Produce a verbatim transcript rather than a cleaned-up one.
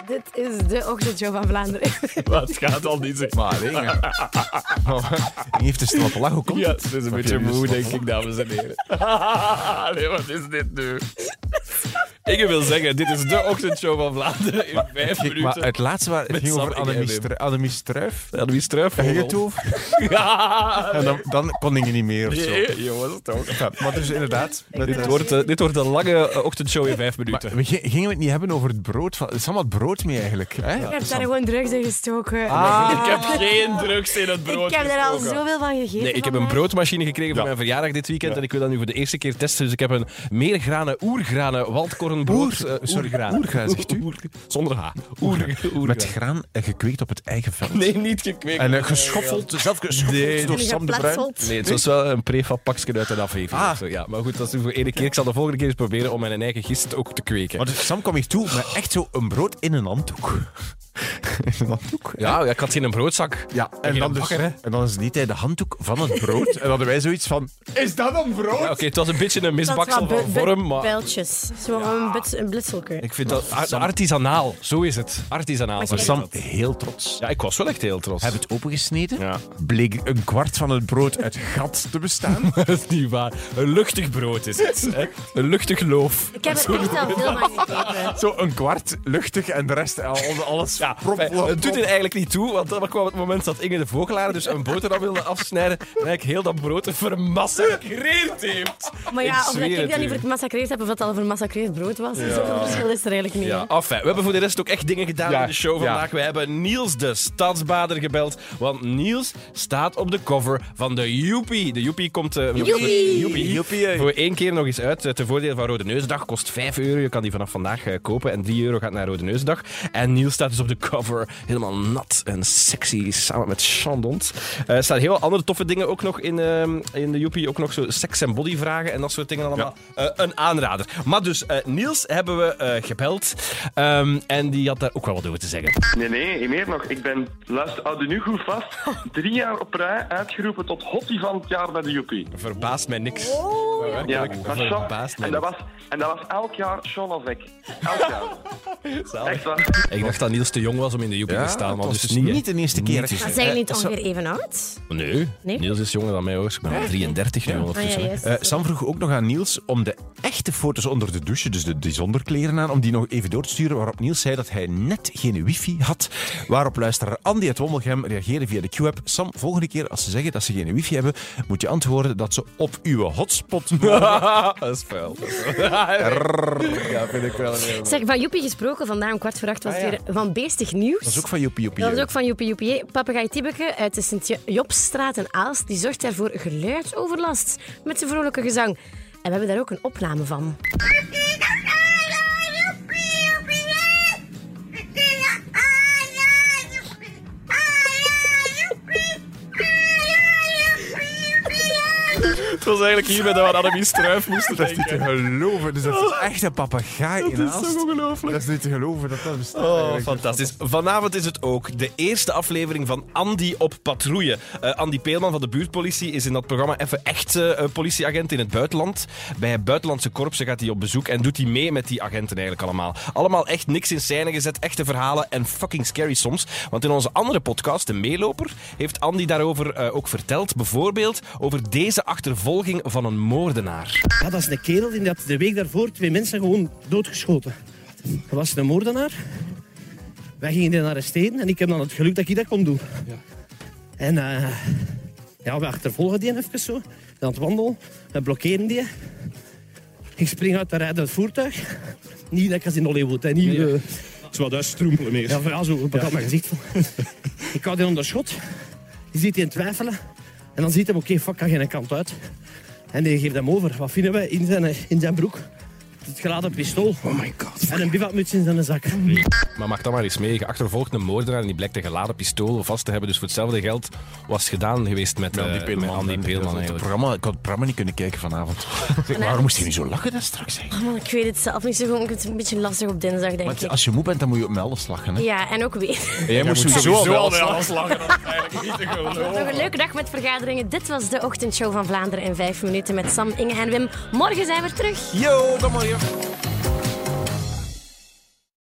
Dit is de ochtendshow van Vlaanderen. Wat gaat al niet zeggen. Maar Inge... Inge heeft een slappe lach. Hoe komt Ja, het? het is een Wat beetje heb je moe, een denk slappe ik, dames en heren. Nee, wat is dit nu? Ik wil zeggen, dit is de ochtendshow van Vlaanderen in vijf lach? minuten. Maar het laatste waar, het Met ging over Sam, Inge Annemie, en Wim. Stru- Annemie Struif. Annemie Struif. Daar ging het over. Ja. En dan, dan kon Inge niet meer of zo. Nee, jongens, toch. Ja, maar dus inderdaad... Met, Dit wordt, uh, dit wordt een lange uh, ochtendshow in vijf maar minuten. we g- gingen we het niet hebben over het brood van... Sam had brood mee eigenlijk. Hè? Ik heb daar gewoon drugs in gestoken. Ah. Ik heb geen drugs in het brood Ik heb er al gestoken. zoveel van gegeten. Nee, ik heb een vandaag. broodmachine gekregen voor Ja. mijn verjaardag dit weekend en ik wil dat nu voor de eerste keer testen. Dus ik heb een meergranen, oergranen, waldkornbrood. Oer- uh, sorry, oergraan. oergraan, zegt u? Oer- zonder H. Oer, oergraan. Met graan eh, gekweekt op het eigen veld. Nee, niet gekweekt. En uh, geschoffeld, zelf geschoffeld Nee, door Die Sam de Bruin. geplatseld. Nee, het was wel een prefab pakje uit een aflevering. Ah. of zo, ja. Maar goed, dat is nu voor één keer. Ik zal de volgende keer eens proberen om mijn eigen gist ook te kweken. Maar dus Sam kwam hier toe met echt zo een brood in een handdoek. In een handdoek? Ja, ja, ik had geen een broodzak. Ja, en geen dan, dus, bakker, hè? en dan liet hij de handdoek van het brood. En dan hadden wij zoiets van... Is dat een brood? Ja, Oké, het was een beetje een Dat misbaksel was van bu- bu- vorm, maar Bijltjes. Zo een, bits, een blitselke. ik vind dat ar- artisanaal. Zo is het. Artisanaal. Maar zo is Sam, dat. heel trots. Ja, ik was wel echt heel trots. Heb het opengesneden. Ja. Bleek een kwart van het brood uit gat te bestaan. Dat is niet waar. Een luchtig brood is het. Hè? Een luchtig loof. Ik heb er echt al veel van gegeten. Zo een kwart luchtig en de rest al alles Ja, propvol. het doet er eigenlijk niet toe, want dan kwam het moment dat Inge de Vogelaar dus een boterham wilde afsnijden en eigenlijk heel dat brood vermassacreerd heeft. Maar Ik ja, of dat zweer ik het dat u. niet gemassacreerd heb of dat het al vermassacreerd brood was. Ja. Zoveel verschil is er eigenlijk niet. Ja, hè. enfin, we hebben voor de rest ook echt dingen gedaan Ja, in de show ja. vandaag. We hebben Niels de Stadsbader gebeld, want Niels staat op de cover van de Joepie. De Joepie komt uh, nog Joepie! Joepie. Joepie, hè. voor één keer nog eens uit. uh, Ten voordele van Rode Neusdag. Kost vijf euro. Je kan die vanaf vandaag uh, kopen. En drie euro gaat naar Rode Neusdag. En Niels staat dus op de cover. Helemaal nat en sexy. Samen met Chandont. Uh, er staan heel veel andere toffe dingen ook nog in, uh, in de Joepie. Ook nog zo seks- en bodyvragen en dat soort dingen allemaal. Uh, een aanrader. Maar dus, uh, Niels hebben we uh, gebeld. Um, en die had daar ook wel wat over te zeggen. Nee, nee, meer nog. Ik ben, luister, houd u nu goed vast, drie jaar op rij uitgeroepen tot hottie van het jaar bij de Joepie. Verbaast mij niks. Ja, Werkelijk, maar Sean- verbaast mij en, dat niks. was, en dat was elk jaar Sean of ik. Elk jaar. Echt waar. Ik dacht dat Niels te jong was om in de Joepie Ja, te staan. het Maar was dus dus niet, niet hè. de eerste keer. Niet. Maar zijn jullie niet Eh, zo- ongeveer even oud? Nee. Nee? Niels is jonger dan mij hoor. Ik ben al drieëndertig nu Ja. ondertussen. Ah, ja, yes. Eh, Sam vroeg ook nog aan Niels om de echte foto's onder de douche, dus de, die zonder kleren aan, om die nog even door te sturen, waarop Niels zei dat hij net geen wifi had. Waarop luisteraar Andy uit Wommelgem reageerde via de Q-app. Sam, volgende keer als ze zeggen dat ze geen wifi hebben, moet je antwoorden dat ze op uw hotspot mogen. Dat is vuil. Ja, vind ik wel een heel... Zeg, van Joepie gesproken, vandaag om kwart voor acht was Ah, het ja. weer van Beestig Nieuws. Dat is ook van Joepie Joepie. Dat is ook van Joepie Joepie. Papegaai Tibbeke uit de Sint-Jobstraat in Aalst, die zorgt daarvoor geluidsoverlast met zijn vrolijke gezang. En we hebben daar ook een opname van. Het was eigenlijk hierbij dat we aan Annemie Struif moesten Dat is niet te denken. geloven. Dus dat is echt een papegaai in Dat is Aalst. toch ongelooflijk. Dat is niet te geloven dat dat bestaat. Oh, eigenlijk. fantastisch. Vanavond is het ook de eerste aflevering van Andy op patrouille. Uh, Andy Peelman van de buurtpolitie is in dat programma even echt uh, politieagent in het buitenland. Bij buitenlandse korpsen gaat hij op bezoek en doet hij mee met die agenten eigenlijk allemaal. Allemaal echt niks in scène gezet, echte verhalen en fucking scary soms. Want in onze andere podcast, De Meeloper, heeft Andy daarover uh, ook verteld. Bijvoorbeeld over deze achtervolging van een moordenaar. Ja, dat is een kerel die had de week daarvoor twee mensen gewoon doodgeschoten. Dat was een moordenaar. Wij gingen die arresteren en ik heb dan het geluk dat ik dat kon doen. Ja. En uh, ja, we achtervolgen die even zo. Aan het wandelen. We blokkeren die. Ik spring uit de rijdend voertuig. Niet dat ik als in Hollywood. Hè. Niet, uh, Zo wat stroempelen meer. ja, ja, zo op ja. mijn gezicht. Ik hou die onder schot. Je ziet die in twijfelen. En dan ziet hij, oké, okay, fuck, kan geen kant uit. En die geeft hem over. Wat vinden wij in zijn, in zijn broek? Het geladen pistool. Oh my god. En een bivakmuts in zijn zak. Maar mag dat maar eens mee. Je achtervolgt een moordenaar en die blijkt een geladen pistool vast te hebben. Dus voor hetzelfde geld was het gedaan geweest met uh, Andy Peelman. met Andy Peelman Het eigenlijk. programma, ik had het programma niet kunnen kijken vanavond. Zeg, waarom moest hij nu zo lachen dat straks? Oh man, ik weet het zelf niet zo goed. Ik vind het een beetje lastig op dinsdag, denk Want ik. als je moe bent, dan moet je op met alles lachen. Hè? Ja, en ook weer. En jij moest moet sowieso sowieso al al met bij alles alles lachen. lachen. Dat is eigenlijk niet te geloven. Nog een leuke dag met vergaderingen. Dit was de ochtendshow van Vlaanderen in vijf minuten met Sam, Inge en Wim. Morgen zijn we terug. Yo, dan maar je.